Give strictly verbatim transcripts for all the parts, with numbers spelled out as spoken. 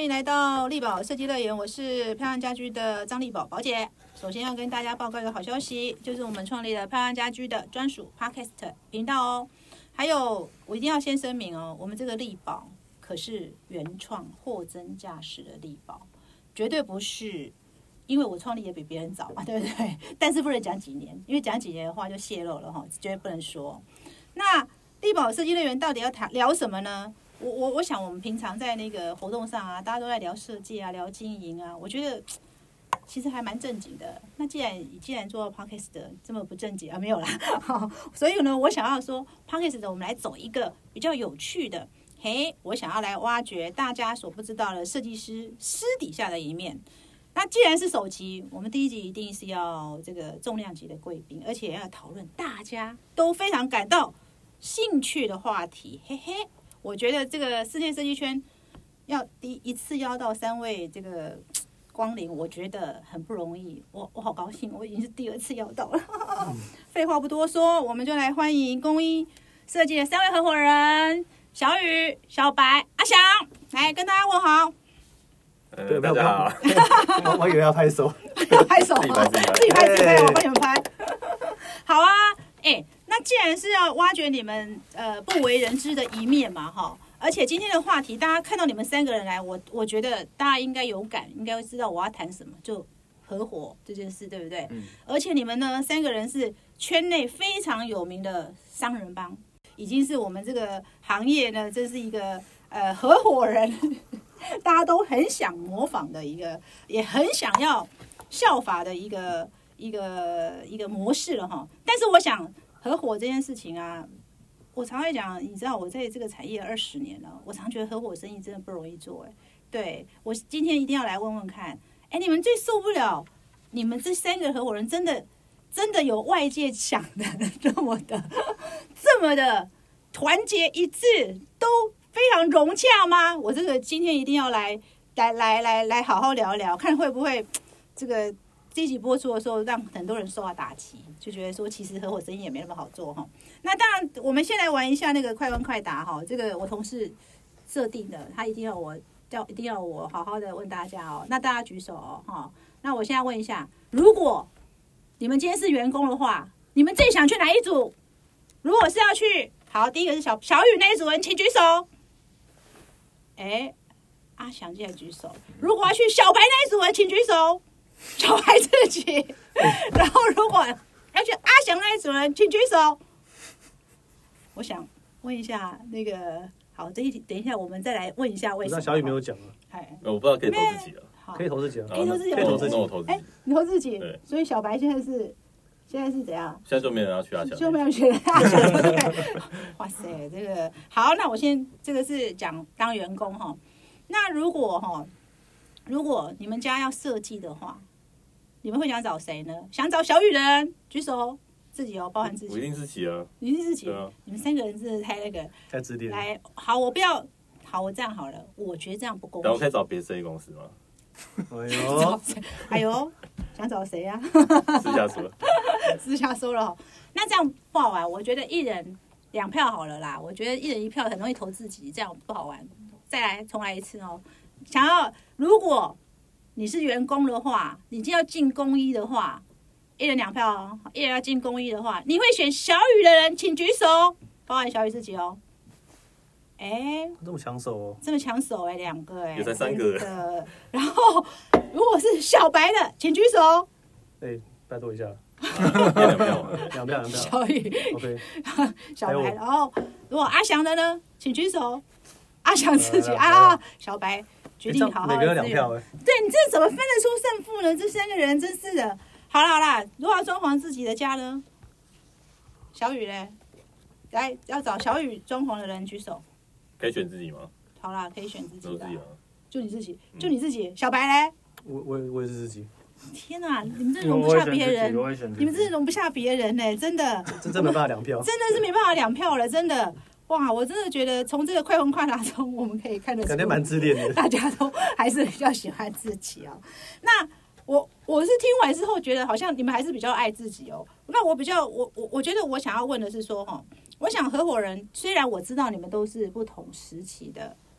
迎来到丽宝设计乐园，我是漂亮家居的张丽宝宝姐。首先要跟大家报告一个好消息，就是我们创立了漂亮家居的专属 Podcast 频道哦。还有，我一定要先声明哦，我们这个丽宝可是原创货真价实的丽宝，绝对不是因为我创立也比别人早嘛，对不对？但是不能讲几年，因为讲几年的话就泄露了哈，绝对不能说。那丽宝设计乐园到底要谈聊什么呢？我我我想我们平常在那个活动上啊，大家都在聊设计啊，聊经营啊，我觉得其实还蛮正经的。那既然既然做 podcast 的这么不正经啊，没有啦，所以呢，我想要说 podcast 的，我们来走一个比较有趣的。嘿，我想要来挖掘大家所不知道的设计师私底下的一面。那既然是首集，我们第一集一定是要这个重量级的贵宾，而且要讨论大家都非常感到兴趣的话题。嘿嘿。我觉得这个世界设计圈要第一次邀到三位这个光临，我觉得很不容易。我我好高兴，我已经是第二次邀到了。嗯、废话不多说，我们就来欢迎工艺设计的三位合伙人：小雨、小白、阿翔，来跟大家问好。 呃，大家好。我我以为要拍手， 拍手，自己拍自己拍，自己拍，我帮你们拍。好啊，哎、欸。那既然是要挖掘你们呃不为人知的一面嘛，哈，而且今天的话题，大家看到你们三个人来，我我觉得大家应该有感，应该会知道我要谈什么，就合伙这件事，对不对？嗯。而且你们呢，三个人是圈内非常有名的商人帮，已经是我们这个行业呢，这是一个呃合伙人，大家都很想模仿的一个，也很想要效法的一个一个一个模式了哈。但是我想。合伙这件事情啊，我常会讲，你知道我在这个产业二十年了，我常觉得合伙生意真的不容易做哎。对，我今天一定要来问问看，哎，你们最受不了，你们这三个合伙人真的真的有外界想的这么的这么的团结一致，都非常融洽吗？我这个今天一定要来来来来来好好聊聊，看会不会这个。这一集播出的时候，让很多人受到打击，就觉得说其实合伙生意也没那么好做哈。那当然，我们先来玩一下那个快问快答哈。这个我同事设定的，他一定要我叫一定要我好好的问大家哦。那大家举手哦哈。那我现在问一下，如果你们今天是员工的话，你们最想去哪一组？如果是要去，好，第一个是小小雨那一组人，请举手。哎，阿翔竟然举手。如果要去小白那一组人，请举手。小白自己，然后如果要去阿翔那一组人，请举手。我想问一下那个，好，这一题等一下我们再来问一下为什么。 那小雨没有讲啊， 哎，我不知道可以投自己了， 可以投自己啊， 可以投自己， 可以投自己，我投自己。 哎，你投自己，所以小白现在是现在是怎样？ 现在就没人要去阿翔， 就没有去阿翔。哇塞，这个好，那我先这个是讲当员工哈。那如果哈。如果你们家要设计的话，你们会想找谁呢？想找小雨的人举手，自己哦，包含自己。 我一定自己啊， 一定是自己。 啊、 你们三个人真的太那个， 太自恋。 来，好，我不要，好，我这样好了，我觉得这样不公平。 然后可以找别的设计公司吗？ 哎呦， 哎呦，想找谁呀、 啊？私下说， 私下说了，那这样不好玩。我觉得一人两票好了啦。我觉得一人一票很容易投自己，这样不好玩。再来，重来一次哦。想要，如果你是员工的话，你就要进公益的话，一人两票哦。一人要进公益的话，你会选小雨的人，请举手，包含小雨自己哦。哎， 这么抢手哦， 这么抢手哎，两个哎， 有才三个。 然后，如果是小白的，请举手。 哎，拜托一下。 两票， 两票，两票。 小雨 ，OK。 小白，然后如果阿翔的呢，请举手。阿翔自己啊，小白决定好好的每个人两票哎。 对，你这怎么分得出胜负呢？这三个人真是的。好啦好啦，如果要装潢自己的家呢？小雨嘞，来要找小雨装潢的人举手。 可以选自己吗？ 好啦，可以选自己的。就你自己，就你自己。小白嘞？ 我我我也是自己。 天哪，你们这容不下别人，你们真的容不下别人呢，真的。 真真没办法两票。 真的是没办法两票了，真的。哇，我真的觉得从这个快问快答中，我们可以看得出， 感觉蛮自恋的。 大家都还是比较喜欢自己哦。那我我是听完之后觉得，好像你们还是比较爱自己哦。那我比较，我我我觉得我想要问的是说，哈，我想合伙人，虽然我知道你们都是不同时期的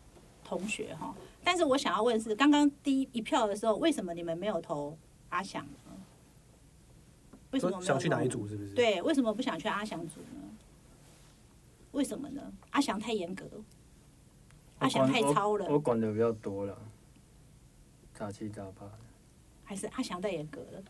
同学哈。但是我想要问是，刚刚第一一票的时候，为什么你们没有投阿翔呢？为什么没有想去哪一组？是不是？ 对，为什么不想去阿翔组呢？为什么呢？阿翔太严格，阿翔太超了。 我管的比较多了，杂七杂八的。 还是阿翔太严格了？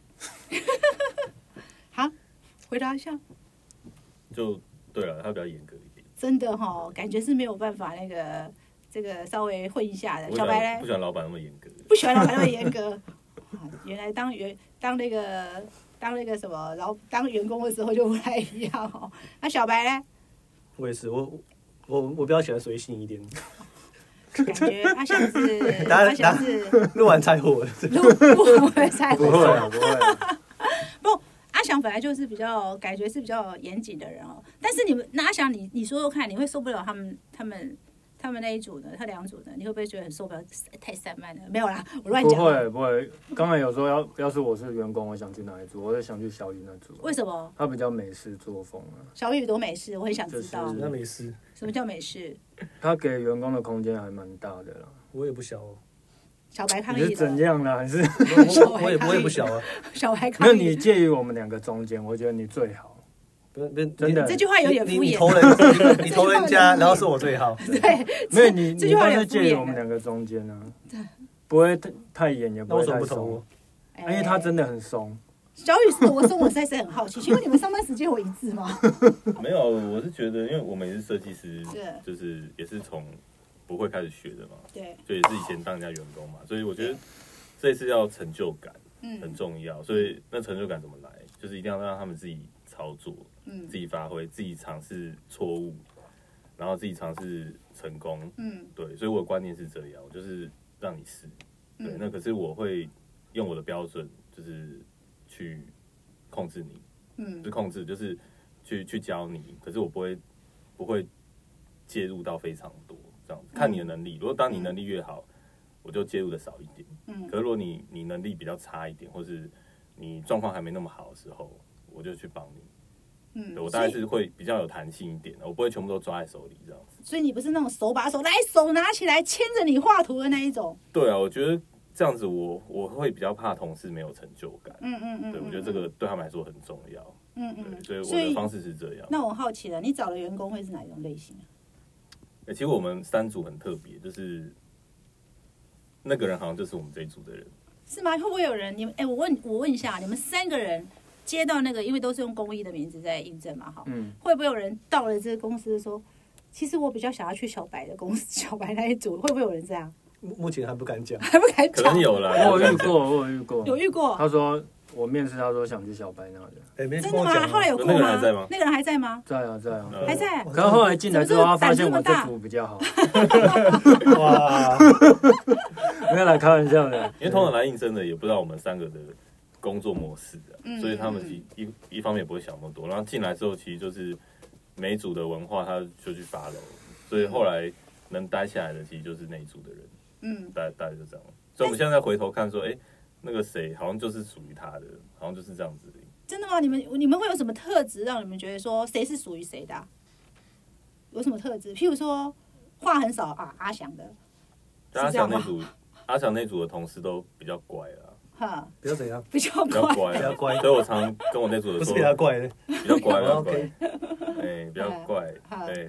好，回答一下。 就对了，他比较严格一点。 真的哈、哦，感觉是没有办法那个这个稍微混一下的。小白嘞， 不喜欢老板那么严格。 不喜欢老板那么严格。原来当员当那个当那个什么，然后当员工的时候就不太一样哦。那小白嘞？ 我也是，我我我比较喜欢随性一点。 感觉阿翔是阿翔是录完拆火， 录录完会拆火。 不会啊，不会啊。 不，阿翔本来就是比较感觉是比较严谨的人哦。但是你们那阿翔，你你说说看，你会受不了他们他们他们那一组呢？他两组呢？你会不会觉得很受不了？太散漫了？没有啦，我乱讲。 不会不会，刚才有说要要是我是员工，我想去哪一组？我就想去小雨那组。 为什么？ 他比较美式作风啊。 小雨多美式，我很想知道。 那美式。 什么叫美式？ 他给员工的空间还蛮大的啦。 我也不小哦。 小白抗议你是怎样啦？还是我我也我也不小啊。 小白抗议。 那你介于我们两个中间，我觉得你最好。 不不， 真的， 这句话有点敷衍。 你投人，你投人家，然后是我最好。 对， 没有你，你都是介于我们两个中间啊，不会太严，也不会太松。因为他真的很松。 小雨是多松，我实在是很好奇。请问你们上班时间有一致吗？ 没有，我是觉得，因为我们也是设计师， 是就是也是从不会开始学的嘛， 对， 就也是以前当人家员工嘛，所以我觉得这一次要成就感，嗯，很重要。所以那成就感怎么来？就是一定要让他们自己操作，嗯，自己发挥，自己尝试错误，然后自己尝试成功，嗯，对。所以我的观念是这样，就是让你试，对。嗯、那可是我会用我的标准，就是去控制你，嗯，不是控制，就是去去教你。可是我不会不会介入到非常多这样子，看你的能力。如果当你能力越好，我就介入的少一点。嗯，可是如果你你能力比较差一点，或是你状况还没那么好的时候，我就去帮你。嗯，我大概是会比较有弹性一点，我不会全部都抓在手里这样子。 所以你不是那种手把手来手拿起来牵着你画图的那一种。 对啊，我觉得这样子我我会比较怕同事没有成就感。嗯嗯嗯，对，我觉得这个对他们来说很重要。嗯嗯，对，所以我的方式是这样。 那我好奇了，你找的员工会是哪一种类型啊？ 欸、其实我们三组很特别，就是那个人好像就是我们这一组的人。 是吗？会不会有人？你们哎、欸，我问我问一下，你们三个人接到那个，因为都是用公益的名字在应征嘛，哈，嗯，会不会有人到了这个公司说，其实我比较想要去小白的公司，小白那一组，会不会有人这样？ 目前还不敢讲， 还不敢讲， 可能有啦， 我有遇过，我有遇过， 有遇过。 他说我面试，他说想去小白那的， 哎、欸， 真的吗？后来有过吗？ 那个人还在吗？ 那个人还在吗？ 在啊，在啊， 还在。 可是后来进来之后，他发现我这组比较好。 哇， 没有来开玩笑的， 因为通常来应征的也不知道我们三个的工作模式的，嗯、所以他们一一方面也不会想那么多，然后进来之后其实就是每一组的文化他就去 follow， 所以后来能待下来的其实就是那一组的人，嗯，大概大概就这样。所以我们现在回头看说，哎、欸，那个谁好像就是属于他的，好像就是这样子而已。 真的吗？你们你们会有什么特质让你们觉得说谁是属于谁的、啊？有什么特质？譬如说话很少啊，阿翔的。 阿翔那组，阿翔那组的同事都比较乖啦。 哈， 比较怎样？ 比较比较乖，比较乖。所以我常跟我那组的说， 不是比较乖的， 比较乖，比较乖。哎，比较乖。哎，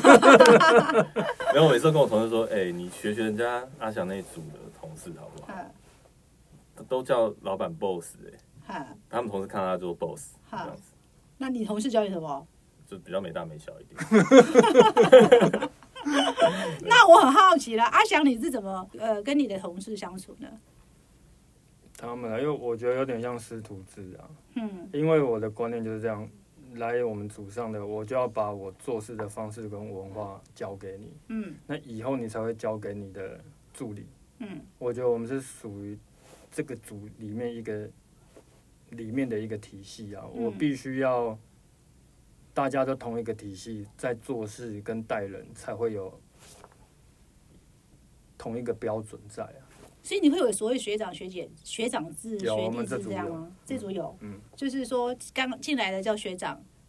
然后我每次跟我同事说，哎，你学学人家阿翔那组的同事好不好？都叫老板 boss 哎，他们同事看他做 boss 这样子。 那你同事教你什么？ 就比较没大没小一点。 那我很好奇了，阿翔你是怎么呃跟你的同事相处呢？ 他们因为我觉得有点像师徒制啊，嗯，因为我的观念就是这样，来我们组上的，我就要把我做事的方式跟文化教给你，嗯，那以后你才会交给你的助理，嗯，我觉得我们是属于这个组里面一个里面的一个体系啊，嗯、我必须要大家都同一个体系，在做事跟带人才会有同一个标准在啊。 所以你会有所谓学长学姐、学长制、学弟制这样吗？这组有，嗯，就是说刚进来的叫学长，然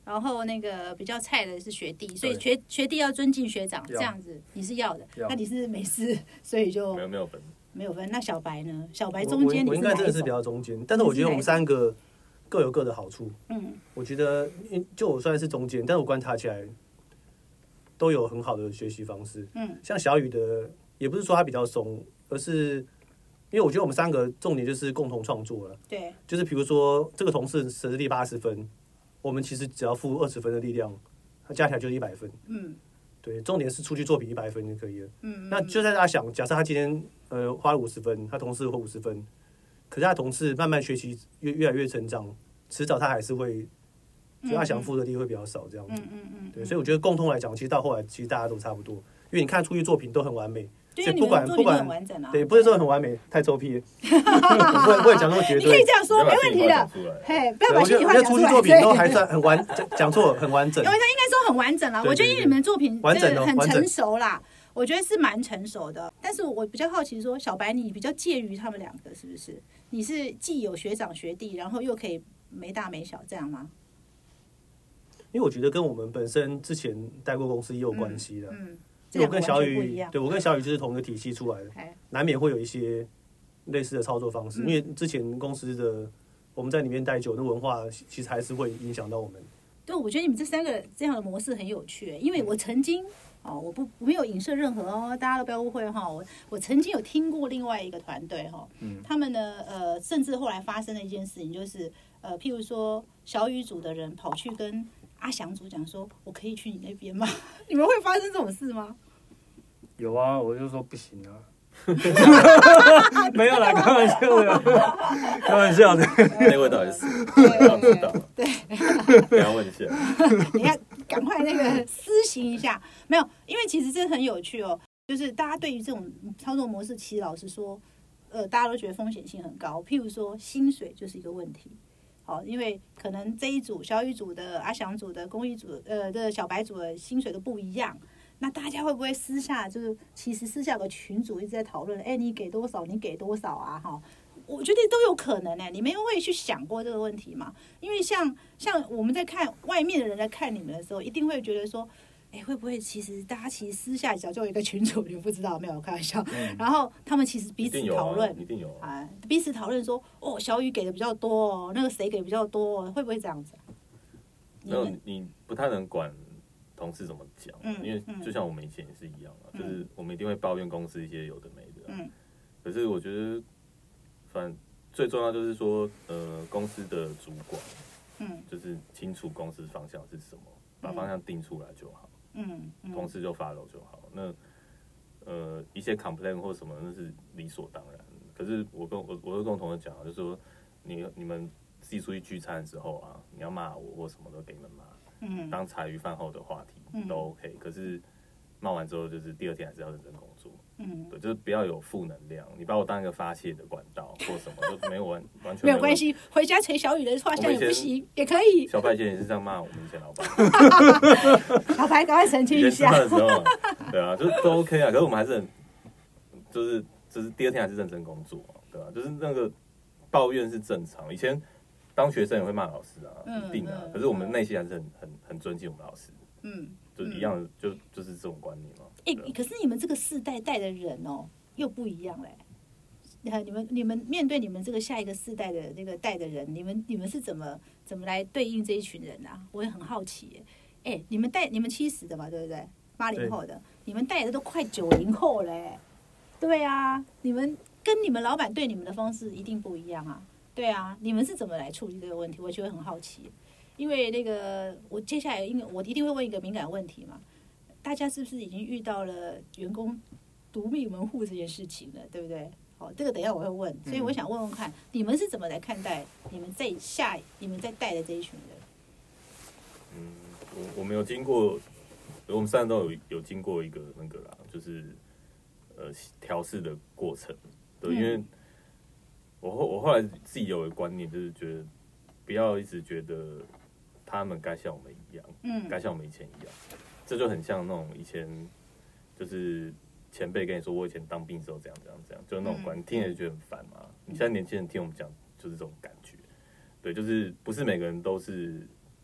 然后那个比较菜的是学弟，所以学学弟要尊敬学长，这样子你是要的，那你是没事，所以就没有没有分， 没有分。那小白呢？小白中间我我应该真的是比较中间，但是我觉得我们三个各有各的好处。嗯，我觉得就我虽然是中间，但是我观察起来都有很好的学习方式。嗯，像小雨的，也不是说他比较松，而是因为我觉得我们三个重点就是共同创作了。 对， 就是比如说这个同事实力八十分，我们其实只要付二十分的力量，它加起来就是一百分。嗯，对，重点是出去作品一百分就可以了。嗯，那就在大家想，假设他今天呃花了五十分，他同事会五十分，可是他同事慢慢学习越越来越成长，迟早他还是会，就他想付的力会比较少这样子。嗯嗯嗯。对，所以我觉得共通来讲，其实到后来其实大家都差不多，因为你看出去作品都很完美。 所以不管不管对，不是说很完美，太臭屁了，不会不会讲那么绝对。 你可以这样说，没问题的。嘿，不要把心里话讲出来。 我觉得出去作品都还算很完，讲错很完整。 因为他应该说很完整啦，我觉得因为你们的作品真的很成熟啦，我觉得是蛮成熟的。但是我比较好奇说，小白你比较介于他们两个是不是？你是既有学长学弟，然后又可以没大没小这样吗？ 因为我觉得跟我们本身之前待过公司也有关系的。嗯。我跟小雨，对我跟小雨就是同一个体系出来的，难免会有一些类似的操作方式。嗯、因为之前公司的我们在里面待久，那文化其实还是会影响到我们。 对，我觉得你们这三个这样的模式很有趣，因为我曾经哦，我不我没有影射任何哦，大家都不要误会哈。我我曾经有听过另外一个团队哈，嗯、他们呢呃，甚至后来发生的一件事情就是，呃，譬如说小雨组的人跑去跟阿翔组讲说，我可以去你那边吗？你们会发生这种事吗？ 有啊，我就说不行啊。没有啦，开玩笑的，开玩笑的。 那位到底是？我知道。 对， 不要问一下。 你要赶快那个施行一下。没有，因为其实这很有趣哦。就是大家对于这种操作模式，其实老实说，呃，大家都觉得风险性很高。譬如说，薪水就是一个问题。好，因为可能这一组小雨组的、阿翔组的、公益组呃的小白组的薪水都不一样，那大家会不会私下就是其实私下有个群组一直在讨论，哎，你给多少？你给多少啊？哈，我觉得都有可能哎、欸，你们会去想过这个问题吗？因为像像我们在看外面的人在看你们的时候，一定会觉得说，哎，会不会其实大家其实私下早就有一个群组，你不知道没有？开玩笑。嗯、然后他们其实彼此讨论， 一定有啊， 啊彼此讨论说，哦，小雨给的比较多哦，那个谁给的比较多哦，会不会这样子、啊？ 没有，你不太能管同事怎么讲，嗯、因为就像我们以前也是一样啊，嗯、就是我们一定会抱怨公司一些有的没的、啊。嗯、可是我觉得，反正最重要就是说，呃，公司的主管，嗯，就是清楚公司方向是什么，把方向定出来就好。嗯，嗯同事就 follow 就好。那呃一些 complain 或什么那是理所当然。可是我跟我我会跟我同事讲，就是说你你们自己出去聚餐的时候啊，你要骂我或什么都给你们骂，嗯，当茶余饭后的话题、嗯、都 OK。可是骂完之后，就是第二天还是要认真工作。嗯，对，就是不要有负能量。你把我当一个发泄的管道或什么，就没有完完全没有关系。回家捶小雨的画像也不行，也可以。 小白以前也是这样骂我们以前老板。 小白赶快澄清一下。 的时候，对啊，就都 OK 啊。可是我们还是很，就是就是第二天还是认真工作、啊，对吧、啊？就是那个抱怨是正常。以前当学生也会骂老师啊，嗯、一定啊。嗯、可是我们内心还是很很很尊敬我们老师。嗯。就是一样的，就就是这种观念嘛。 哎、欸，可是你们这个世代带的人哦，又不一样嘞。你看，你们你们面对你们这个下一个世代的那个带的人，你们你们是怎么怎么来对应这一群人啊？我也很好奇。哎、欸，你们带你们七十的嘛，对不对？八零后的，你们带的都快九零后嘞。对啊，你们跟你们老板对你们的方式一定不一样啊。对啊，你们是怎么来处理这个问题？我觉得很好奇。因为那个，我接下来因为我一定会问一个敏感问题嘛，大家是不是已经遇到了员工独命门户这件事情了，对不对？好，这个等一下我会问，所以我想问问看，你们是怎么来看待你们在下你们在带的这一群人？ 嗯，我我们有经过，我们三人都有有经过一个那个啦，就是呃调试的过程，对，因为我后我后来自己有一个观念，就是觉得不要一直觉得他们该像我们一样，嗯，该像我们以前一样，这就很像那种以前就是前辈跟你说，我以前当兵的时候这样这样这样，就是那种观念，听着就觉得很烦嘛。你现在年轻人听我们讲，就是这种感觉，对，就是不是每个人都是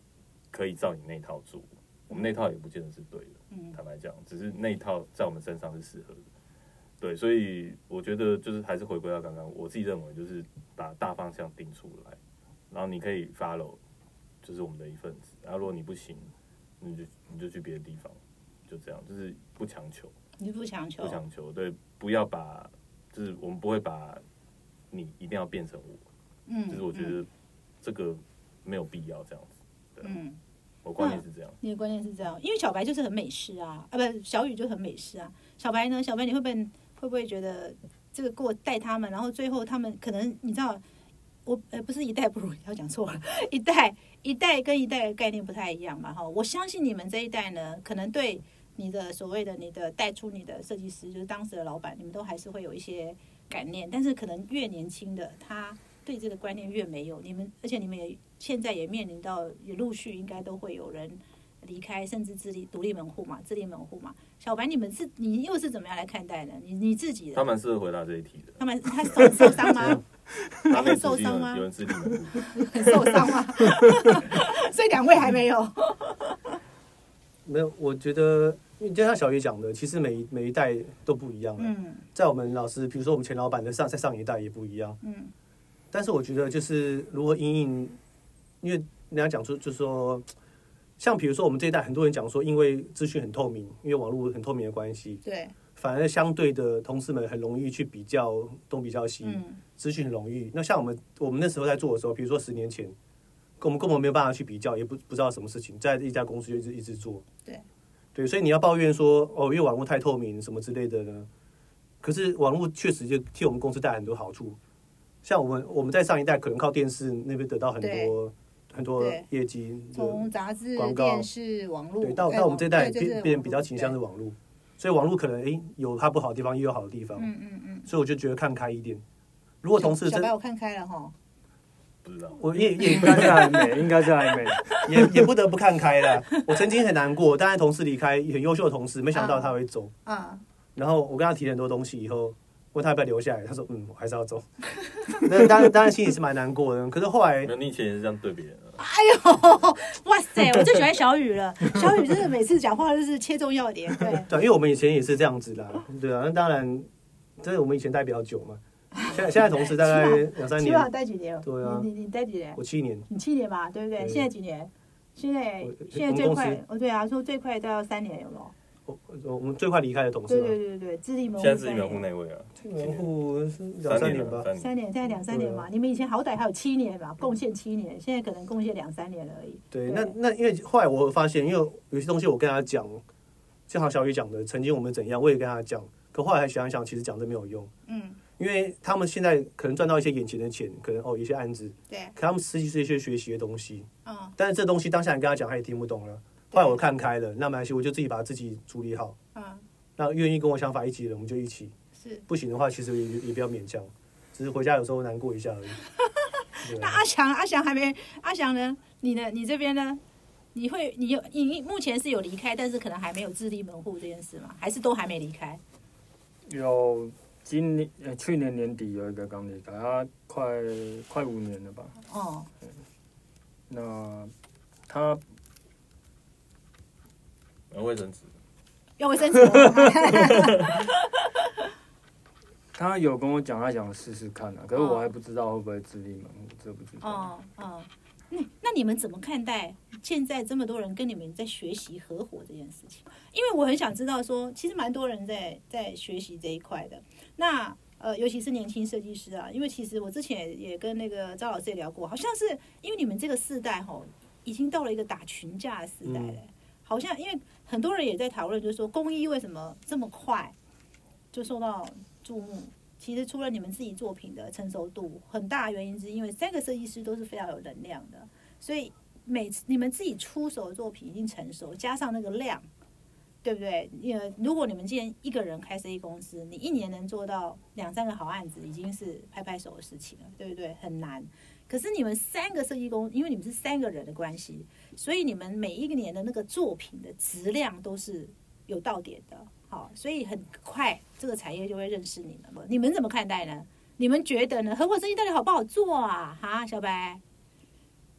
可以照你那一套做，我们那套也不见得是对的，嗯、坦白讲，只是那一套在我们身上是适合的。对，所以我觉得就是还是回归到刚刚，我自己认为就是把大方向定出来，然后你可以 follow， 就是我们的一份子。然后如果你不行，你就你就去别的地方，就这样，就是不强求。 你不强求， 不强求，对，不要把，就是我们不会把你一定要变成我，嗯，就是我觉得这个没有必要这样子，对，嗯，我观念是这样， 你的观念是这样，因为小白就是很美式啊，啊不，小雨就很美式啊。小白呢，小白你会不会？会不会觉得这个给我带他们，然后最后他们可能你知道，我呃不是一代不如一代，讲错了，一代一代跟一代的概念不太一样嘛哈。我相信你们这一代呢，可能对你的所谓的你的带出你的设计师，就是当时的老板，你们都还是会有一些感念，但是可能越年轻的他对这个观念越没有。你们而且你们也现在也面临到也陆续应该都会有人离开，甚至自立独立门户嘛，自立门户嘛。小白，你们是你又是怎么样来看待呢？你你自己的？ 他蛮适合回答这一题的。 他们他受受伤吗？ 他很受伤吗？ 有人自立门户， 很受伤吗？所以两位还没有。 没有，我觉得，因为就像小雨讲的，其实每每一代都不一样。嗯，在我们老师，比如说我们前老板的上，在上一代也不一样。嗯，但是我觉得就是如何因应，因为人家讲出就是说。像比如说我们这一代很多人讲说，因为资讯很透明，因为网络很透明的关系， 对， 反而相对的同事们很容易去比较东比较西，资讯很容易。那像我们我们那时候在做的时候，比如说十年前，我们根本没有办法去比较，也不不知道什么事情，在一家公司就一直一直做， 对对，所以你要抱怨说哦，因为网络太透明什么之类的呢？可是网络确实就替我们公司带来很多好处，像我们我们在上一代可能靠电视那边得到很多。很多业绩， 从杂志、电视、网络， 对，到到我们这代变变比较倾向是网络，所以网络可能哎有它不好的地方，也有好的地方，嗯嗯嗯，所以我就觉得看开一点。如果同事小白我看开了哈， 不知道， 我也也应该是还没，应该是还没， 也也不得不看开了。我曾经很难过，但是同事离开，很优秀的同事，没想到他会走，啊，然后我跟他提了很多东西以后。问他要不要留下来，他说：“嗯，我还是要走。”那当然，当然心里是蛮难过的。可是后来， 你以前也是这样对别人啊？ 哎呦，哇塞！我最喜欢小雨了。小雨真的每次讲话就是切中要点，对。 对，因为我们以前也是这样子啦，对啊。那当然，这是我们以前待比较久嘛。现在现在同事大概两三年。 起码待几年？ 对啊。 你你待几年？ 我七年。 你七年吧，对不对？对现在几年？现在现在最快，哦对啊，说最快都要三年，有没有？ 我我们最快离开的同事， 对对对对，自立门户。 现在自立门户那位啊， 自立门户是两三年吧， 三年，现在两三年嘛。你们以前好歹还有七年吧，贡献七年，现在可能贡献两三年而已。 对，那那因为后来我发现，因为有些东西我跟他讲，就好小雨讲的，曾经我们怎样，我也跟他讲，可后来还想一想，其实讲的没有用。嗯，因为他们现在可能赚到一些眼前的钱，可能哦一些案子， 对， 可他们实际是一些学习的东西，嗯，但是这东西当下你跟他讲，他也听不懂了。后来我看开了，那没关系，我就自己把自己处理好。嗯，那愿意跟我想法一起的，我们就一起。是，不行的话，其实也也不要勉强，只是回家有时候难过一下而已。 那阿翔，阿翔还没，阿翔呢？你呢？你这边呢？你会，你有，你目前是有离开，但是可能还没有自立门户这件事吗？还是都还没离开？ 有，今年呃去年年底有一个刚离开，他快快五年了吧？哦。那他。 要卫生纸， 要卫生纸。 他有跟我讲，他想试试看啊，可是我还不知道会不会自立门户，这不知道。哦哦，那那你们怎么看待现在这么多人跟你们在学习合伙这件事情？因为我很想知道说，其实蛮多人在在学习这一块的。那呃，尤其是年轻设计师啊，因为其实我之前也跟那个赵老师也聊过，好像是因为你们这个世代吼，已经到了一个打群架的时代了。嗯，好像因为很多人也在讨论，就是说工艺为什么这么快就受到注目？其实除了你们自己作品的成熟度，很大的原因是因为三个设计师都是非常有能量的，所以每次你们自己出手的作品已经成熟，加上那个量，对不对？因为如果你们今天一个人开设计公司，你一年能做到两三个好案子，已经是拍拍手的事情了，对不对？很难。可是你们三个设计公，因为你们是三个人的关系，所以你们每一个年的那个作品的质量都是有到点的，好，所以很快这个产业就会认识你们。你们怎么看待呢？你们觉得呢？合伙生意到底好不好做啊？哈，小白，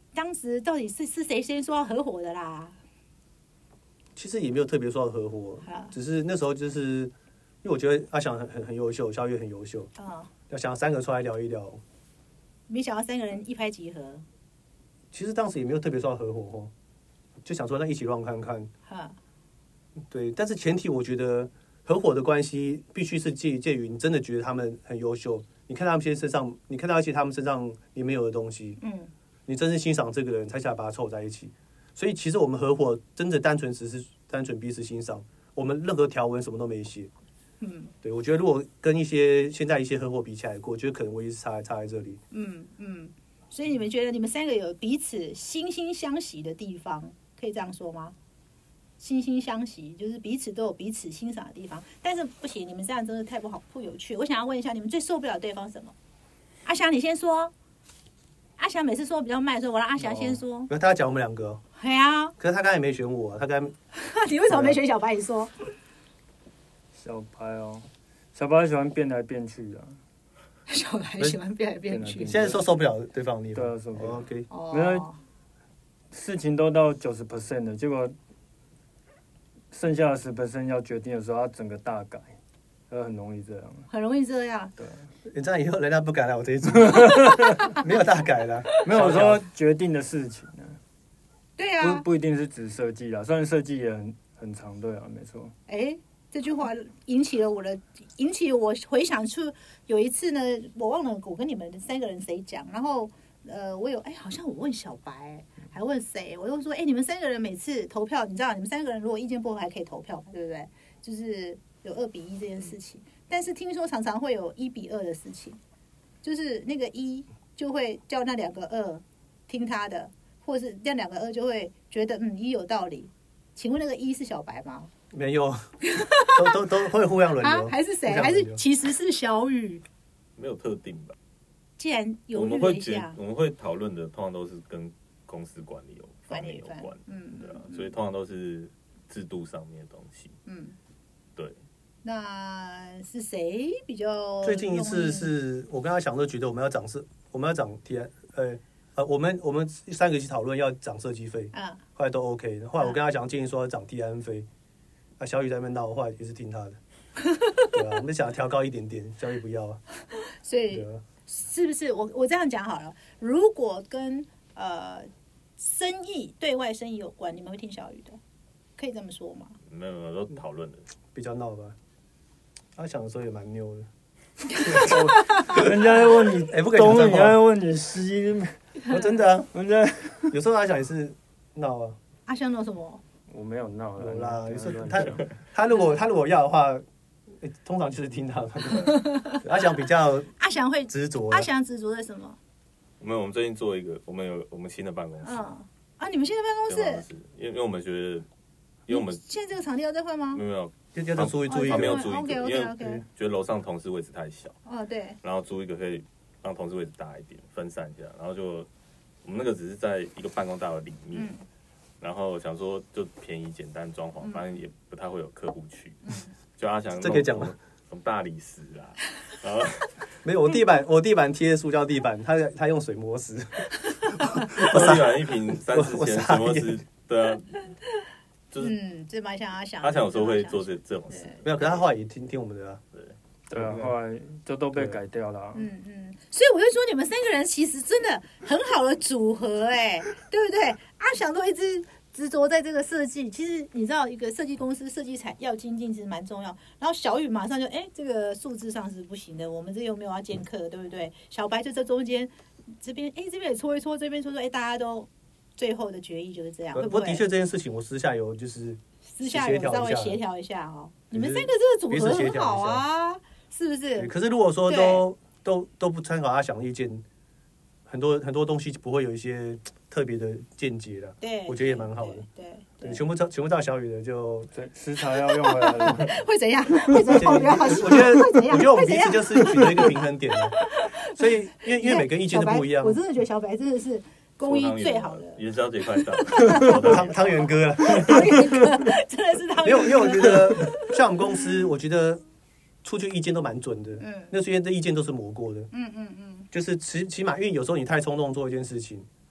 当时到底是是谁先说要合伙的啦？ 其实也没有特别说要合伙，只是那时候就是因为我觉得阿翔很很很优秀，小雨很优秀，嗯，要想三个出来聊一聊。 没想到三个人一拍即合。 其实当时也没有特别说要合伙，就想说那一起乱看看。对，但是前提我觉得合伙的关系必须是介介于你真的觉得他们很优秀，你看他们身上，你看到一些他们身上你没有的东西，嗯，你真是欣赏这个人，才想把他凑在一起。所以其实我们合伙真的单纯只是单纯彼此欣赏，我们任何条文什么都没写。嗯，对，我觉得如果跟一些现在一些合伙比起来，我觉得可能唯一是差差在这里。 嗯嗯，所以你们觉得你们三个有彼此惺惺相惜的地方，可以这样说吗？惺惺相惜就是彼此都有彼此欣赏的地方，但是不行，你们这样真的太不好不有趣。我想要问一下，你们最受不了对方什么？阿翔，你先说。阿翔每次说比较慢，所以我让阿翔先说。 那、哦、他讲我们两个。 对啊。 可是他刚才也没选我、啊，他刚。 你为什么没选小白？你说。 小白哦，小白喜欢变来变去的、啊。 小白喜欢变来变去。 现在说受不了对方的地方。 对啊，受不了。 哦、OK。 因为事情都到九十 percent 了，结果剩下的十 percent 要决定的时候，他整个大改，他很容易这样。 很容易这样。 对。 你这样以后人家不敢来我这一组，没有大改啦， 没有说决定的事情呢。 对啊。 不不一定是指设计啦，虽然设计也很很长，对啊，没错。 哎、欸。这句话引起了我的，引起我回想出有一次呢，我忘了我跟你们三个人谁讲，然后呃，我有哎、欸，好像我问小白，还问谁，我就说哎、欸，你们三个人每次投票，你知道你们三个人如果意见不合还可以投票嘛，对不对？就是有二比一这件事情，但是听说常常会有一比二的事情，就是那个一就会叫那两个二听他的，或者是那两个二就会觉得嗯一有道理。请问那个一是小白吗？ 没有，都都都会互相轮流、 啊。还是谁？还是其实是小雨？ 没有特定吧。 既然犹豫了一下， 我们会讨论的通常都是跟公司管理有方面有关，嗯，对啊，所以通常都是制度上面的东西，嗯，对。 那是谁比较？ 最近一次是我跟他想，都觉得我们要涨设，我们要涨 T I， 呃呃，我们我们三个一起讨论要涨设计费，啊，后来都 OK。后来我跟他讲建议说要涨 T I N 费。啊，小雨在那边闹，后来也是听他的，对啊，我们想调高一点点，小雨不要啊。 所以、啊、是不是我我这样讲好了？如果跟呃生意对外生意有关，你们会听小雨的，可以这么说吗？ 没有没有，都讨论的， 比较闹吧。他想的时候也蛮牛的。 人家在问你， 哎、欸，不可以讲东，人家在问你西， 我真的啊， 人家有时候阿翔也是闹啊。 阿翔闹什么？ 我没有闹有啦，就是他他如果他如果要的话，欸、通常就是听他的。阿翔比较阿翔会执着， 阿翔执着在什么？ 我们我们最近做一个，我们有我们新的办公室。嗯啊，你们新的办公室？ 因为因为我们觉得，因为我们现在这个场地要再换吗？ 没有没有， 就就租一租一个，没有租一个， okay, okay, okay. 因为觉得楼上同事位置太小。 哦，对。 然后租一个可以让同事位置大一点，分散一下。然后就我们那个只是在一个办公大楼里面。嗯，然后想说就便宜简单装潢，反正也不太会有客户去。就阿翔这可以讲吗？ 什么大理石啊，然后没有我地板我地板贴塑胶地板，他他用水磨石， 我地板一瓶三十钱水磨石，对啊，就是嗯，这蛮像阿翔。 阿翔有时候会做这这种事， 没有，可是他后来也听听我们的啊， 对对啊，后来就都被改掉了、啊。 嗯嗯，所以我就说你们三个人其实真的很好的组合、欸，哎，对不对？阿翔都一直执着在这个设计，其实你知道，一个设计公司设计产要精进，其实蛮重要。然后小雨马上就，哎、欸，这个数字上是不行的，我们这又没有要兼课，对不对？小白就在中间，这边哎、欸，这边也搓一搓，这边搓搓，哎、欸，大家都最后的决议就是这样。会不会？ 的确这件事情，我私下有就是私下有稍微协调一下哦。你们三个这个组合很好啊，是不是？ 可是如果说都都都不参考阿翔的意见，很多很多东西不会有一些特别的见解了。 对， 我觉得也蛮好的。 对，对对，全部照全部照小雨的就对，食材要用回来了。 会怎样？会怎样？我觉得我觉得我觉得我们彼此就是取得一个平衡点了。所以因为因为每个意见都不一样， 我真的觉得小白真的是工艺最好的。 元宵节快到， 汤汤圆哥了， 汤圆哥真的是汤圆哥。 没有，因为我觉得像我们公司，我觉得出去意见都蛮准的。嗯，那是因为这意见都是磨过的。嗯嗯嗯，就是起起码，因为有时候你太冲动做一件事情，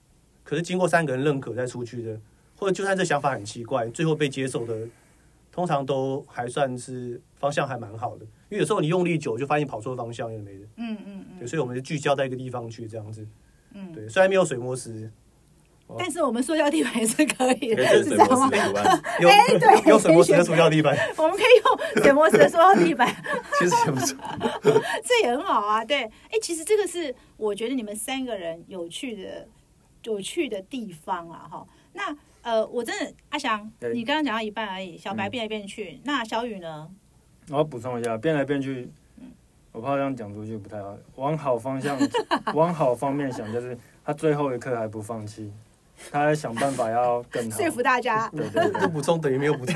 可是经过三个人认可再出去的，或者就算这想法很奇怪，最后被接受的，通常都还算是方向还蛮好的。因为有时候你用力久，就发现跑错方向，有没的。 嗯嗯嗯。 对，所以我们就聚焦在一个地方去这样子。嗯，对，虽然没有水磨石。 但是我们塑胶地板也是可以的， 是这样吗？ 有哎，对，有水磨石的塑胶地板， 我们可以用水磨石的塑胶地板， 其实也不错， 这也很好啊。对，哎，其实这个是我觉得你们三个人有趣的、有趣的地方啊，哈。那呃，我真的阿翔，你刚刚讲到一半而已，小白变来变去，嗯、那小雨呢？ 我要补充一下，变来变去，我怕这样讲出去不太好。往好方向，往好方面想，就是他最后一刻还不放弃。他在想办法要更好， 说服大家。 对对对， 不补充等于没有补充。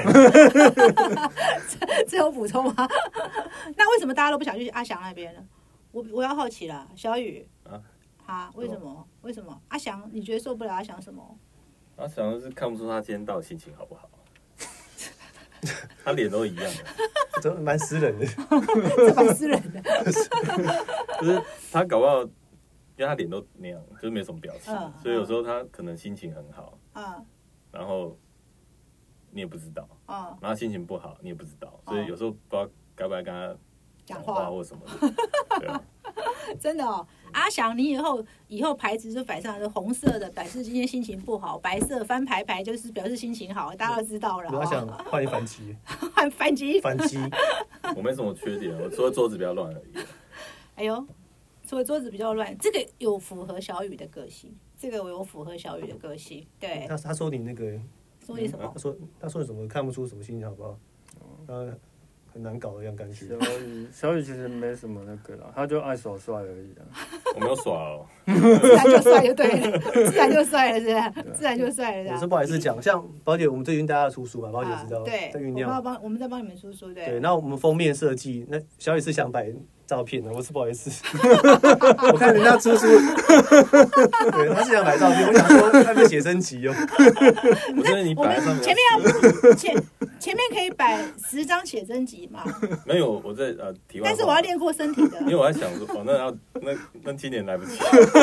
这有补充吗？那为什么大家都不想去阿翔那边呢？我我要好奇了，小雨啊，哈，为什么？为什么？阿翔，你觉得受不了阿翔什么？ 阿翔是看不出他今天到底心情好不好，他脸都一样的， 真的蛮私人的， 这蛮私人的。 就是他搞不好。因为他脸都那样，就是没什么表情，嗯、所以有时候他可能心情很好，嗯、然后你也不知道，嗯、然后心情不好你也不知道，所以有时候不知道该不该跟他讲话或什么的。对啊， 真的哦，阿翔，你以后以后牌子就摆上是红色的，表示今天心情不好；白色翻牌牌就是表示心情好，大家都知道了。 我想换你反击， 换反击， 反击。 我没什么缺点，我除了桌子比较乱而已。 哎呦。除了桌子比较乱，这个有符合小雨的个性，这个有符合小雨的个性。对， 他他说你那个， 说你什么？ 他说他说你什么看不出什么心情好不好？他很难搞的样感觉。 小雨小雨其实没什么那个啦，他就爱耍帅而已啦。 我没有耍哦， 自然就帅就对了，自然就帅了，是吧？自然就帅了。 我是不好意思讲，像宝姐，我们最近大家出书嘛，宝姐知道， 对， 在酝酿。 我们帮我们在帮你们出书，对。 对，那我们封面设计，那小雨是想摆照片的，我是不好意思。我看人家出书，对，他是想摆照片，我想说他们写真集哦。 我觉得你摆上面前面要前前面可以摆十张写真集嘛？ 没有，我在呃题外话。 但是我要练过身体的， 因为我在想说，哦，那要那那今年来不及。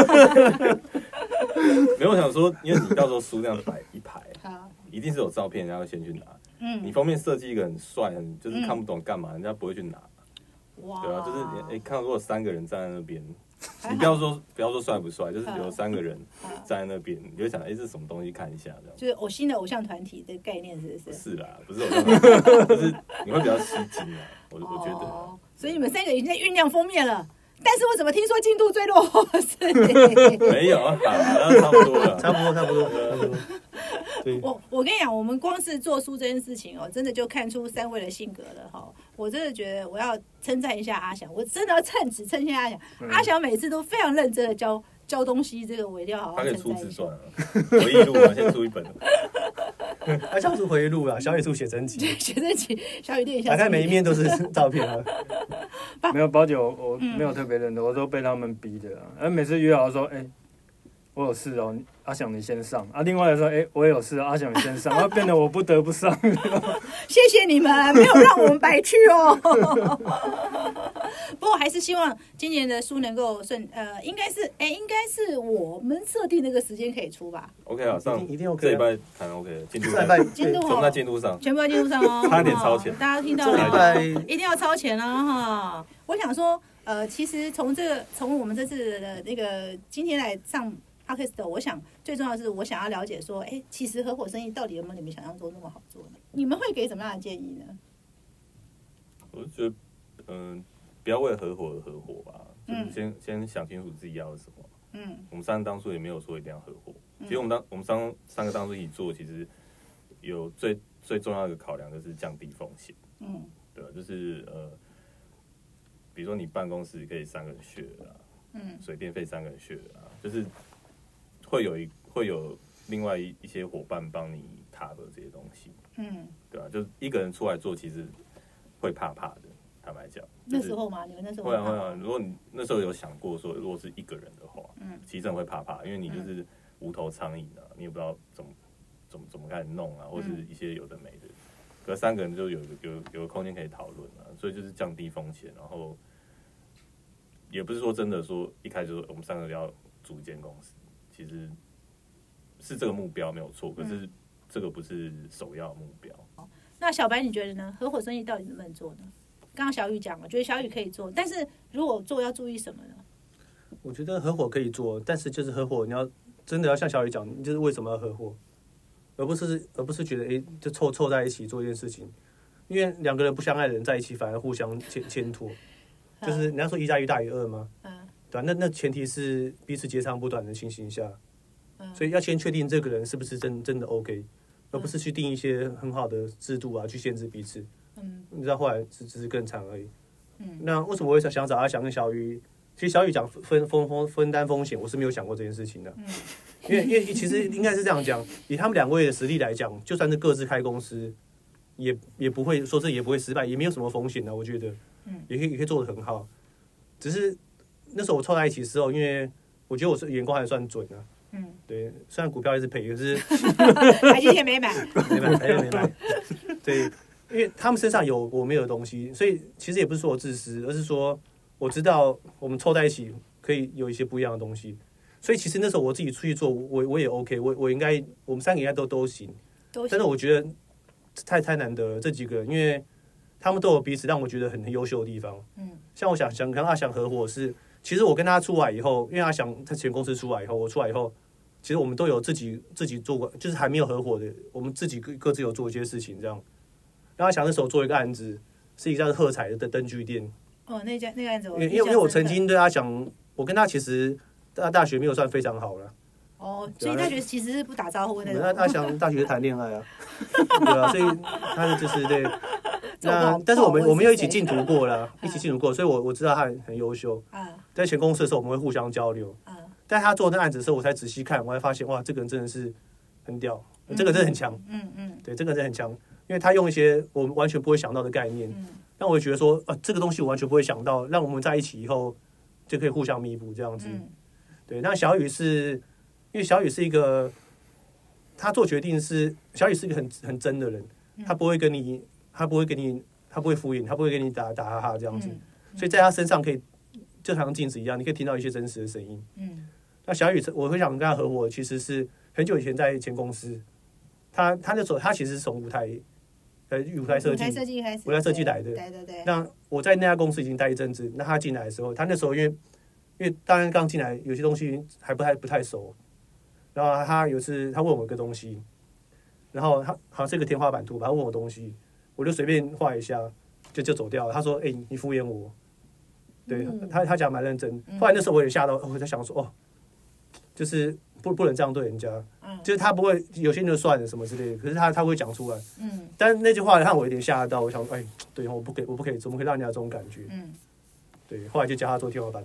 没有，我想说，因为你到时候书这样摆一排，一定是有照片，人家会先去拿。嗯，你封面设计一个很帅，很就是看不懂干嘛，人家不会去拿。哇，对啊，就是哎、欸，看到如果三个人站在那边，你不要说不要说帅不帅，就是有三个人站在那边，你就会想，哎、欸，这是什么东西？看一下这样。 就是偶新的偶像团体的概念，是不是？ 不是啦，不是偶像团体，就是你会比较吸睛啊。我我觉得、哦。 所以你们三个已经在酝酿封面了。但是我怎么听说进度最落后的是你？ 没有啊，差不多了， 差不多，差不多。对， 我我跟你讲，我们光是做书这件事情哦，真的就看出三位的性格了哈。我真的觉得我要称赞一下阿翔，我真的要称只称一下阿翔。嗯、阿翔每次都非常认真的教教东西，这个我一定要好好称赞一下。 他可以出自传啊，回忆录啊，先出一本。 他像是回忆录啊，小雨出写真集， 写真集，小雨练一下。 打开每一面都是照片啊。 没有宝姐，我我没有特别认的，我都被他们逼的啊。而每次约好说，哎、欸，我有事哦，阿翔你先上啊。另外说，哎、欸，我也有事，阿翔你先上，然后变得我不得不上。 谢谢你们，没有让我们白去哦。不过还是希望今年的书能够顺，呃，应该是，哎、欸，应该是我们设定那个时间可以出吧 ？OK 啊，上一定 OK， 这礼拜谈 OK， 进度上， 进度全部在进度上， 全部在进度上哦， 差点超前， 大家听到了，一定要超前了哈。我想说，呃，其实从这个从我们这次的那个今天来上 Podcast， 我想最重要的是我想要了解说，哎，其实合伙生意到底有没有你们想象中那么好做呢？你们会给什么样的建议呢？ 我觉得，嗯、呃，不要为合伙而合伙吧，就是先、嗯、先想清楚自己要什么。嗯，我们三个当初也没有说一定要合伙，嗯、其实我们当我们三三个当初一起做，其实有最最重要的一个考量就是降低风险。嗯，对吧？就是呃。比如说你办公室可以三个人 share 啊，嗯，水电费三个人 share 啊，就是会有一会有另外一一些伙伴帮你 cover 这些东西，嗯，对吧、啊？就一个人出来做，其实会怕怕的，坦白讲。 那时候嘛，你们那时候会啊会啊。如果你那时候有想过说，如果是一个人的话，嗯，其实真的会怕怕，因为你就是无头苍蝇啊，你也不知道怎么怎么怎么开始弄啊，或是一些有的没的。可是三个人就有有有个空间可以讨论啊，所以就是降低风险，然后。也不是说真的说一开始说我们三个要组一间公司，其实是这个目标没有错，可是这个不是首要目标。 嗯、那小白你觉得呢？合伙生意到底能不能做呢？刚刚小雨讲了，觉得小雨可以做，但是如果做要注意什么呢？ 我觉得合伙可以做，但是就是合伙你要真的要像小雨讲，就是为什么要合伙，而不是而不是觉得哎就凑凑在一起做一件事情，因为两个人不相爱的人在一起反而互相牵牵拖，就是人家说一加一大于二吗？嗯，对、啊，那那前提是彼此截长补短的情形下，嗯，所以要先确定这个人是不是真真的 OK， 而不是去定一些很好的制度啊去限制彼此。嗯，你知道后来只只是更惨而已。嗯，那为什么我会想找阿翔跟小雨？其实小雨讲分分分分担风险，我是没有想过这件事情的。嗯，因为因为其实应该是这样讲，以他们两位的实力来讲，就算是各自开公司，也也不会说这也不会失败，也没有什么风险的。我觉得，嗯，也可以也可以做得很好。只是那时候我凑在一起的时候，因为我觉得我是眼光还算准啊。嗯，对，虽然股票一直赔，可是台积电没买， 没买，台积电没买。对。因为他们身上有我没有的东西，所以其实也不是说我自私，而是说我知道我们凑在一起可以有一些不一样的东西。所以其实那时候我自己出去做，我我也 OK， 我我应该我们三个应该都都行。都行。但是我觉得太太难得了，这几个人，因为他们都有彼此让我觉得很很优秀的地方。嗯。像我想想跟阿翔合伙是，其实我跟他出来以后，因为阿翔他前公司出来以后，我出来以后，其实我们都有自己自己做过，就是还没有合伙的，我们自己各各自有做一些事情这样。然后想那时候做一个案子，是一家喝彩的灯具店。 哦，那家那个案子我， 因为因为我曾经对他讲，我跟他其实大大学没有算非常好了。 哦，所以大学其实是不打招呼的那种。 那他想大学谈恋爱啊，对啊，所以他就是对。那但是我们我们又一起竞图过了，一起竞图过，所以我我知道他很很优秀。啊。在前公司的时候，我们会互相交流。啊。但他做那案子的时候，我才仔细看，我才发现哇，这个人真的是很屌，这个人真的很强。嗯嗯。对，这个人很强。因为他用一些我们完全不会想到的概念，嗯、让我觉得说，啊，这个东西我完全不会想到，让我们在一起以后就可以互相弥补这样子。嗯、对，那小雨是，因为小雨是一个，他做决定是，小雨是一个很很真的人，他不会跟你，他不会跟你，他不会敷衍，他不会跟你打打哈哈这样子，嗯、所以在他身上可以就像镜子一样，你可以听到一些真实的声音。嗯，那小雨，我会想跟他合伙，其实是很久以前在前公司，他他那时候他其实是从舞台。呃，舞台设计，舞台设计开始，舞台设计来的。 对对对。 那我在那家公司已经待一阵子，那他进来的时候，他那时候因为因为当然刚进来，有些东西还不太不太熟。然后他有次他问我一个东西，然后他好像是一个天花板图吧，他问我东西，我就随便画一下，就就走掉了。他说：“哎、欸，你敷衍我。”对、嗯、他他讲蛮认真。后来那时候我也吓到，我在想说哦，就是不不能这样对人家。就是他不会，有些人就算了什么之类的，可是他他会讲出来。嗯，但是那句话让我有点吓到，我想，哎，对，我不可以，我不可以，怎么可以让人家这种感觉？嗯，对，后来就教他做天花板。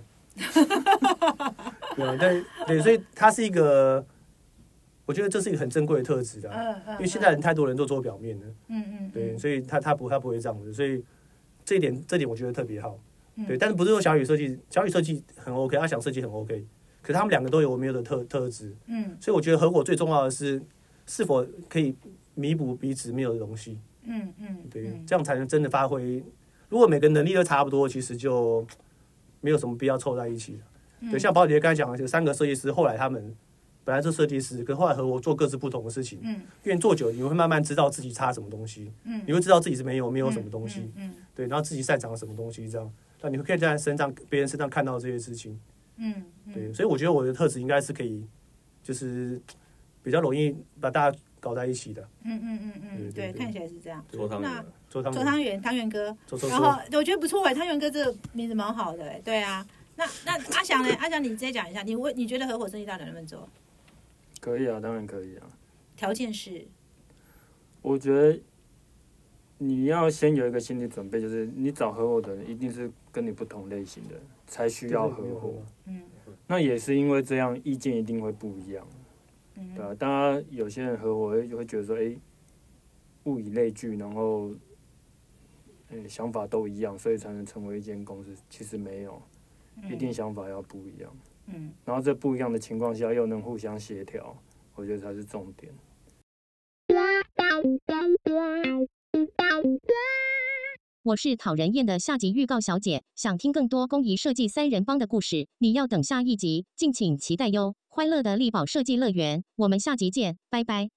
对对对，所以他是一个，我觉得这是一个很珍贵的特质的、啊，嗯嗯、因为现在人太多人都做表面了。嗯嗯，对，所以他他不他不会这样子，所以这一点这点我觉得特别好。对，但是不是说小雨设计，小雨设计很 OK， 他想设计很 OK。可是他们两个都有我没有的特特质，嗯，所以我觉得合伙最重要的是是否可以弥补彼此没有的东西，嗯嗯，对，嗯、这样才能真的发挥。如果每个能力都差不多，其实就没有什么必要凑在一起的。嗯、对，像宝姐刚才讲的，有三个设计师，后来他们本来是设计师，可是后来合伙做各自不同的事情，嗯，因为做久，你会慢慢知道自己差什么东西，嗯，你会知道自己是没有没有什么东西，嗯，嗯对，然后自己擅长什么东西，这样，那你可以在身上别人身上看到这些事情。嗯，对，所以我觉得我的特质应该是可以，就是比较容易把大家搞在一起的。嗯嗯嗯嗯， 对，看起来是这样。 搓汤圆， 搓汤圆，搓汤圆，汤圆哥。然后我觉得不错哎，汤圆哥这个名字蛮好的哎。对啊，那那阿翔呢？阿翔，你直接讲一下，你你觉得合伙生意到底能不能做？ 可以啊，当然可以啊。 条件是？ 我觉得你要先有一个心理准备，就是你找合伙的人一定是跟你不同类型的人。才需要合伙，嗯，那也是因为这样，意见一定会不一样，嗯，对啊。当然，有些人合伙会会觉得说，哎、欸，物以类聚，然后，呃、欸，想法都一样，所以才能成为一间公司。其实没有，一定想法要不一样，嗯，然后在不一样的情况下又能互相协调，我觉得才是重点。 我是讨人厌的下集预告小姐，想听更多工艺设计三人帮的故事，你要等下一集，敬请期待哟。 欢乐的力宝设计乐园，我们下集见，拜拜。